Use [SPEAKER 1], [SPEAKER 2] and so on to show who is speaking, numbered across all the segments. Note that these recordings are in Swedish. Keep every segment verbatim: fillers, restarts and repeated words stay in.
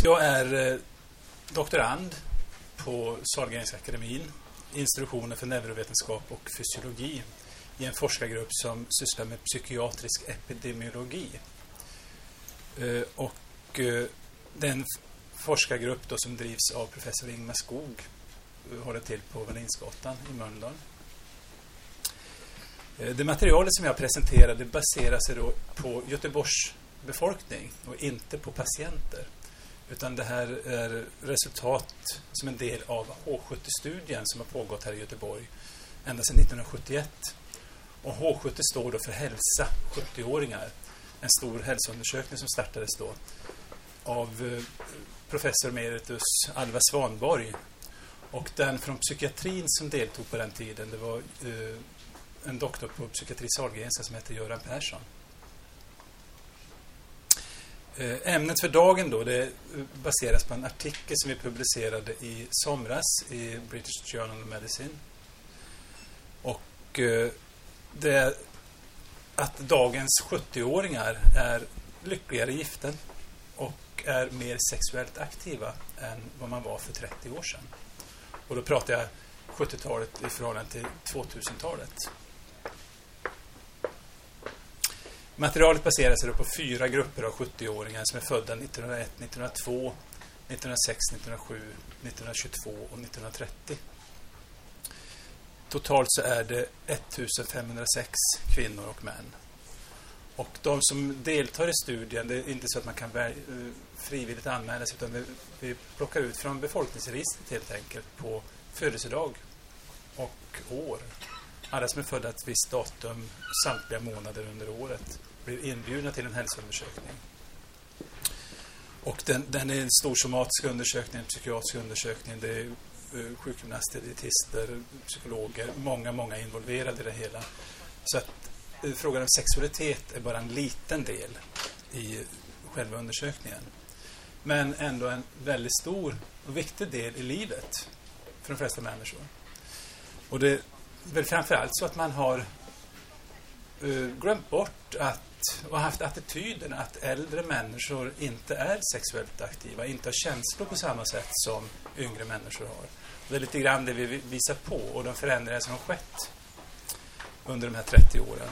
[SPEAKER 1] Jag är eh, doktorand på Sahlgrenska akademin, institutionen för neurovetenskap och fysiologi i en forskargrupp som sysslar med psykiatrisk epidemiologi. Eh, och eh, den forskargrupp då som drivs av professor Ingmar Skog eh, håller till på Wallensgatan i Mölndal. Eh, det materialet som jag presenterade baserar sig då på Göteborgs befolkning och inte på patienter. Utan det här är resultat som en del av H sjuttio-studien som har pågått här i Göteborg ända sedan nittonhundrasjuttioett. Och H sjuttio står då för hälsa, sjuttio-åringar. En stor hälsoundersökning som startades då av professor emeritus Alva Svanborg. Och den från psykiatrin som deltog på den tiden, det var eh, en doktor på psykiatri Sahlgrenska som heter Göran Persson. Ämnet för dagen då, det baseras på en artikel som vi publicerade i somras i British Journal of Medicine. Och det är att dagens sjuttio-åringar är lyckligare giften och är mer sexuellt aktiva än vad man var för trettio år sedan. Och då pratar jag sjuttiotalet i förhållande till tvåtusentalet. Materialet baserar sig på fyra grupper av sjuttio-åringar som är födda nittonhundraett, nittonhundratvå, nittonhundrasex, nittonhundrasju, nittonhundratjugotvå och nittonhundratrettio. Totalt så är det ettusenfemhundrasex kvinnor och män. Och de som deltar i studien, det är inte så att man kan väl, frivilligt anmäla sig, utan vi, vi plockar ut från befolkningsregistret helt enkelt på födelsedag och år. Alla som är födda ett visst datum samtliga månader under året blir inbjudna till en hälsoundersökning. Och den, den är en stor somatisk undersökning, en psykiatrisk undersökning. Det är uh, sjukgymnaster, dietister, psykologer, många, många involverade i det hela. Så att uh, frågan om sexualitet är bara en liten del i själva undersökningen. Men ändå en väldigt stor och viktig del i livet för de flesta människor. Och det väl framförallt så att man har uh, glömt bort att och haft attityden att äldre människor inte är sexuellt aktiva, inte har känslor på samma sätt som yngre människor har. Och det är lite grann det vi visar på och de förändringar som har skett under de här trettio åren.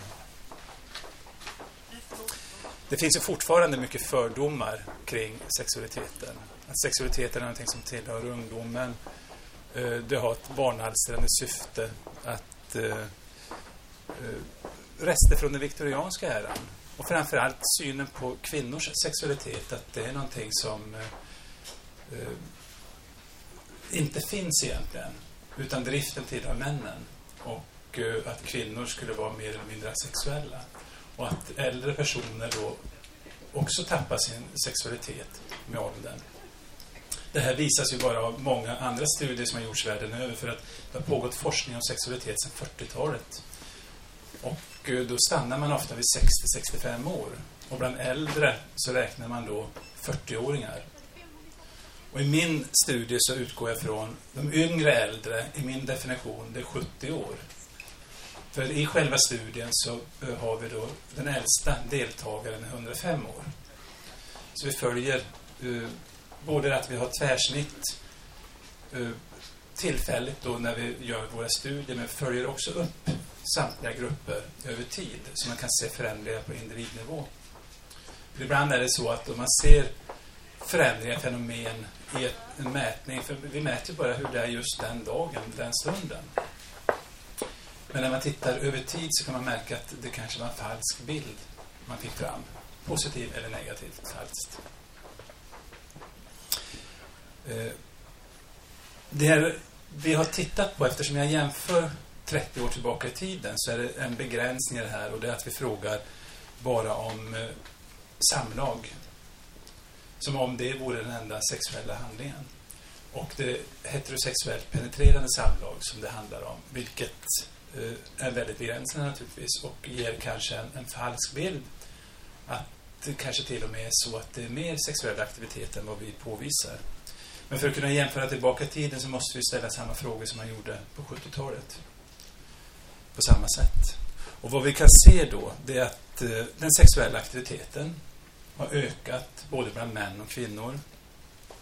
[SPEAKER 1] Det finns ju fortfarande mycket fördomar kring sexualiteten. Att sexualiteten är någonting som tillhör ungdomen. Det har ett barnalstrande syfte att uh, uh, rester från den viktorianska eran och framförallt synen på kvinnors sexualitet, att det är någonting som uh, uh, inte finns egentligen, utan driften tillhör männen och uh, att kvinnor skulle vara mer eller mindre sexuella och att äldre personer då också tappar sin sexualitet med åldern. Det här visas ju bara av många andra studier som har gjorts världen över, för att det har pågått forskning om sexualitet sedan fyrtiotalet. Och då stannar man ofta vid sextio till sextiofem år. Och bland äldre så räknar man då fyrtio-åringar. Och i min studie så utgår jag från de yngre äldre, i min definition, det är sjuttio år. För i själva studien så har vi då den äldsta deltagaren är hundrafem år. Så vi följer uh, både att vi har tvärsnitt uh, tillfälligt då när vi gör våra studier, men följer också upp samtliga grupper över tid så man kan se förändringar på individnivå. För ibland är det så att om man ser förändringar, fenomen i en mätning, för vi mäter bara hur det är just den dagen, den stunden. Men när man tittar över tid så kan man märka att det kanske var en falsk bild man fick fram. Positiv eller negativt falskt. Det här vi har tittat på, eftersom jag jämför trettio år tillbaka i tiden, så är det en begränsning i det här, och det är att vi frågar bara om eh, samlag. Som om det vore den enda sexuella handlingen. Och det heterosexuellt penetrerande samlag som det handlar om, vilket eh, är väldigt begränsande naturligtvis och ger kanske en, en falsk bild att det kanske till och med är så att det är mer sexuell aktivitet än vad vi påvisar. Men för att kunna jämföra tillbaka i tiden så måste vi ställa samma frågor som man gjorde på sjuttiotalet. På samma sätt. Och vad vi kan se då, det är att eh, den sexuella aktiviteten har ökat både bland män och kvinnor.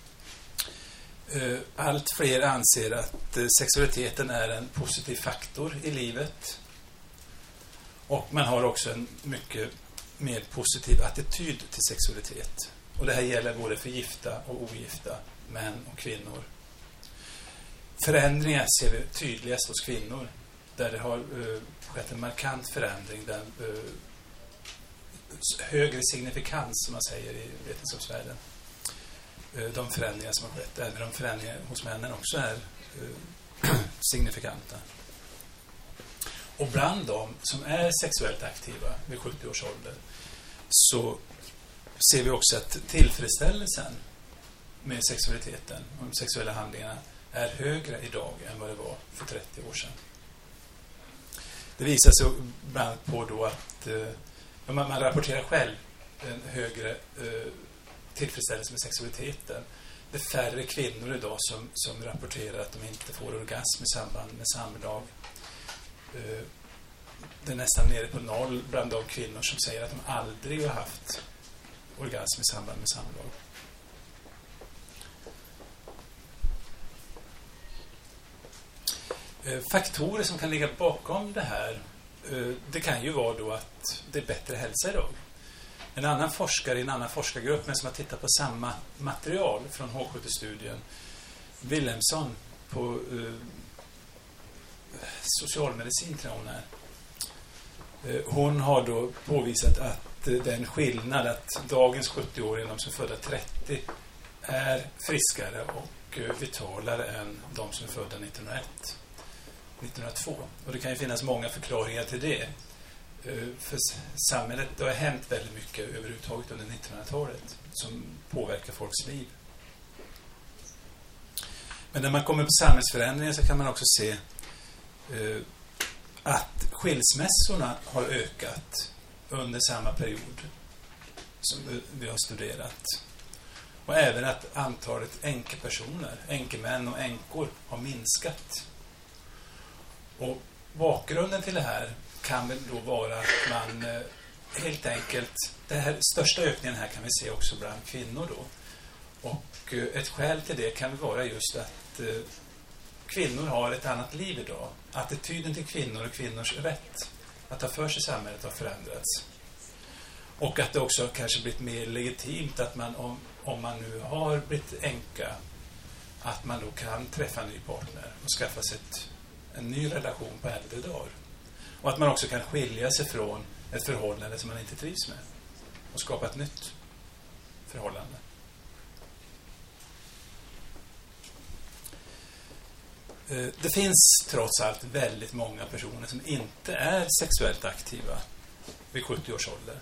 [SPEAKER 1] Allt fler anser att sexualiteten är en positiv faktor i livet. Och man har också en mycket mer positiv attityd till sexualitet. Och det här gäller både för gifta och ogifta, män och kvinnor. Förändringar ser vi tydligast hos kvinnor, där det har uh, skett en markant förändring, där uh, högre signifikans, som man säger i vetenskapsvärlden. Uh, de förändringar som har skett, även de förändringar hos männen också är uh, signifikanta. Och bland de som är sexuellt aktiva vid sjuttio års ålder så ser vi också att tillfredsställelsen med sexualiteten och de sexuella handlingarna är högre idag än vad det var för trettio år sedan. Det visar sig bland annat på då att eh, man, man rapporterar själv en högre eh, tillfredsställelse med sexualiteten. Det är färre kvinnor idag som, som rapporterar att de inte får orgasm i samband med samlag. Eh, det är nästan nere på noll bland de kvinnor som säger att de aldrig har haft orgasm i samband med samlag. Faktorer som kan ligga bakom det här, det kan ju vara då att det är bättre hälsa idag. En annan forskare i en annan forskargrupp, men som har tittat på samma material från H sjuttio-studien, Wilhelmsson på uh, socialmedicin tror hon är. Uh, hon har då påvisat att uh, det är en skillnad att dagens sjuttio-åringar, de som är födda trettio, är friskare och uh, vitalare än de som är födda nittonhundraett. nittonhundratvå. Och det kan ju finnas många förklaringar till det. För samhället, det har hänt väldigt mycket överhuvudtaget under nittonhundratalet som påverkar folks liv. Men när man kommer på samhällsförändringar så kan man också se eh, att skilsmässorna har ökat under samma period som vi har studerat. Och även att antalet änkepersoner, änkemän och änkor har minskat. Och bakgrunden till det här kan väl då vara att man eh, helt enkelt, den här största ökningen här kan vi se också bland kvinnor då. Och eh, ett skäl till det kan vara just att eh, kvinnor har ett annat liv idag. Attityden till kvinnor och kvinnors rätt att ta för sig samhället har förändrats. Och att det också kanske blivit mer legitimt att man, om, om man nu har blivit änka, att man då kan träffa en ny partner och skaffa sig ett, en ny relation på äldre dagar. Och att man också kan skilja sig från ett förhållande som man inte trivs med och skapa ett nytt förhållande. Det finns trots allt väldigt många personer som inte är sexuellt aktiva vid sjuttio års ålder.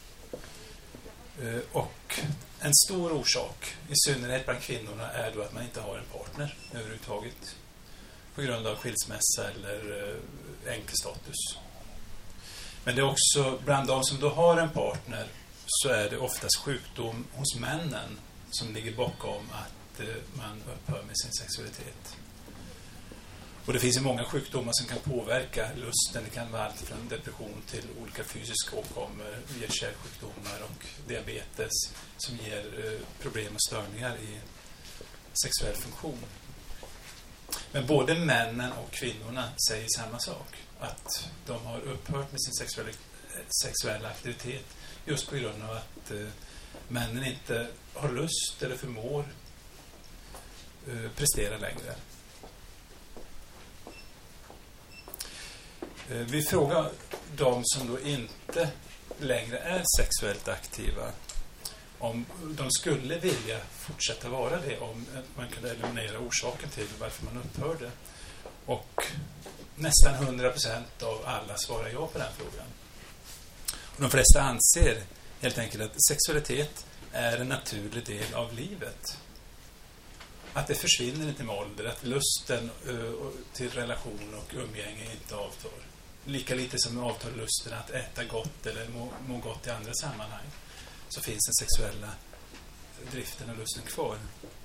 [SPEAKER 1] Och en stor orsak, i synnerhet bland kvinnorna, är då att man inte har en partner överhuvudtaget på grund av skilsmässa eller änkestatus. Men det är också bland de som då har en partner så är det oftast sjukdom hos männen som ligger bakom att man upphör med sin sexualitet. Och det finns ju många sjukdomar som kan påverka lusten. Det kan vara allt från depression till olika fysiska åkommor, hjärt-kärlsjukdomar och diabetes som ger problem och störningar i sexuell funktion. Men både männen och kvinnorna säger samma sak. Att de har upphört med sin sexuella, sexuella aktivitet just på grund av att eh, männen inte har lust eller förmår eh, prestera längre. Eh, vi frågar de som då inte längre är sexuellt aktiva om de skulle vilja fortsätta vara det, om man kunde eliminera orsaken till varför man upphörde. Och nästan hundra procent av alla svarar ja på den frågan. Och de flesta anser helt enkelt att sexualitet är en naturlig del av livet. Att det försvinner inte med ålder, att lusten uh, till relation och umgänge inte avtar. Lika lite som avtar lusten att äta gott eller må, må gott i andra sammanhang, så finns den sexuella driften och lusten kvar.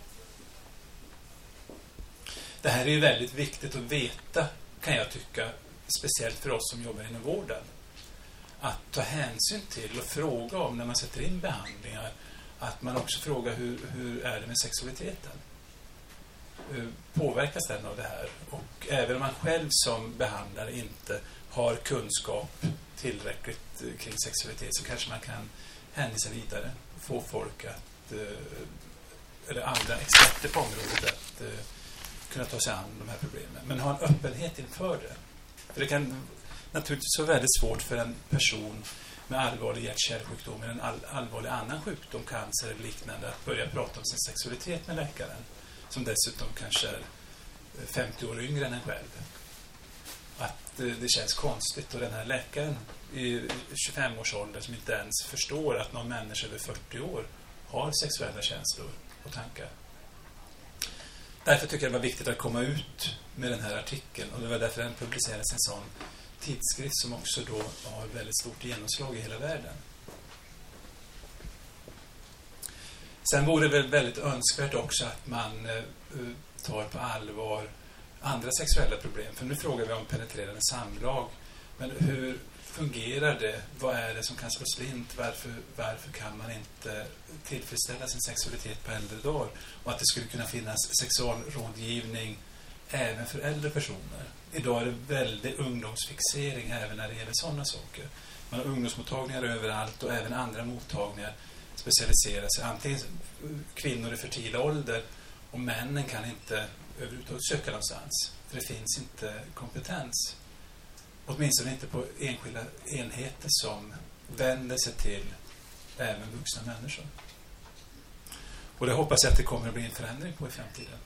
[SPEAKER 1] Det här är ju väldigt viktigt att veta, kan jag tycka, speciellt för oss som jobbar inom vården. Att ta hänsyn till och fråga om när man sätter in behandlingar, att man också frågar hur, hur är det med sexualiteten. påverkas den av det här. Och även om man själv som behandlare inte har kunskap tillräckligt kring sexualitet, så kanske man kan hänvisa vidare och få folk att, eller andra experter på området att kunna ta sig an de här problemen. Men ha en öppenhet inför det. För det kan naturligtvis vara väldigt svårt för en person med allvarlig hjärt-kärlsjukdom eller en all, allvarlig annan sjukdom, cancer eller liknande, att börja prata om sin sexualitet med läkaren, som dessutom kanske är femtio år yngre än en själv. Att det känns konstigt, och den här läkaren i tjugofem års ålder som inte ens förstår att någon människa över fyrtio år har sexuella känslor och tankar. Därför tycker jag det var viktigt att komma ut med den här artikeln, och det var därför den publicerades en sån tidskrift som också då har väldigt stort genomslag i hela världen. Sen vore det väl väldigt önskvärt också att man eh, tar på allvar andra sexuella problem. För nu frågar vi om penetrerande samlag. Men hur fungerar det? Vad är det som kan slå slint? Varför, varför kan man inte tillfredsställa sin sexualitet på äldre dagar? Och att det skulle kunna finnas sexualrådgivning även för äldre personer. Idag är det väldigt ungdomsfixering även när det gäller sådana saker. Man har ungdomsmottagningar överallt, och även andra mottagningar specialiserar sig. Antingen kvinnor i fertila ålder, och männen kan inte överhuvudtaget söka någonstans. För det finns inte kompetens. Åtminstone inte på enskilda enheter som vänder sig till även vuxna människor. Och det hoppas jag att det kommer att bli en förändring på i framtiden.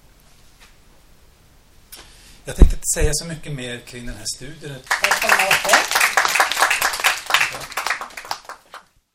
[SPEAKER 1] Jag tänkte inte säga så mycket mer kring den här studien.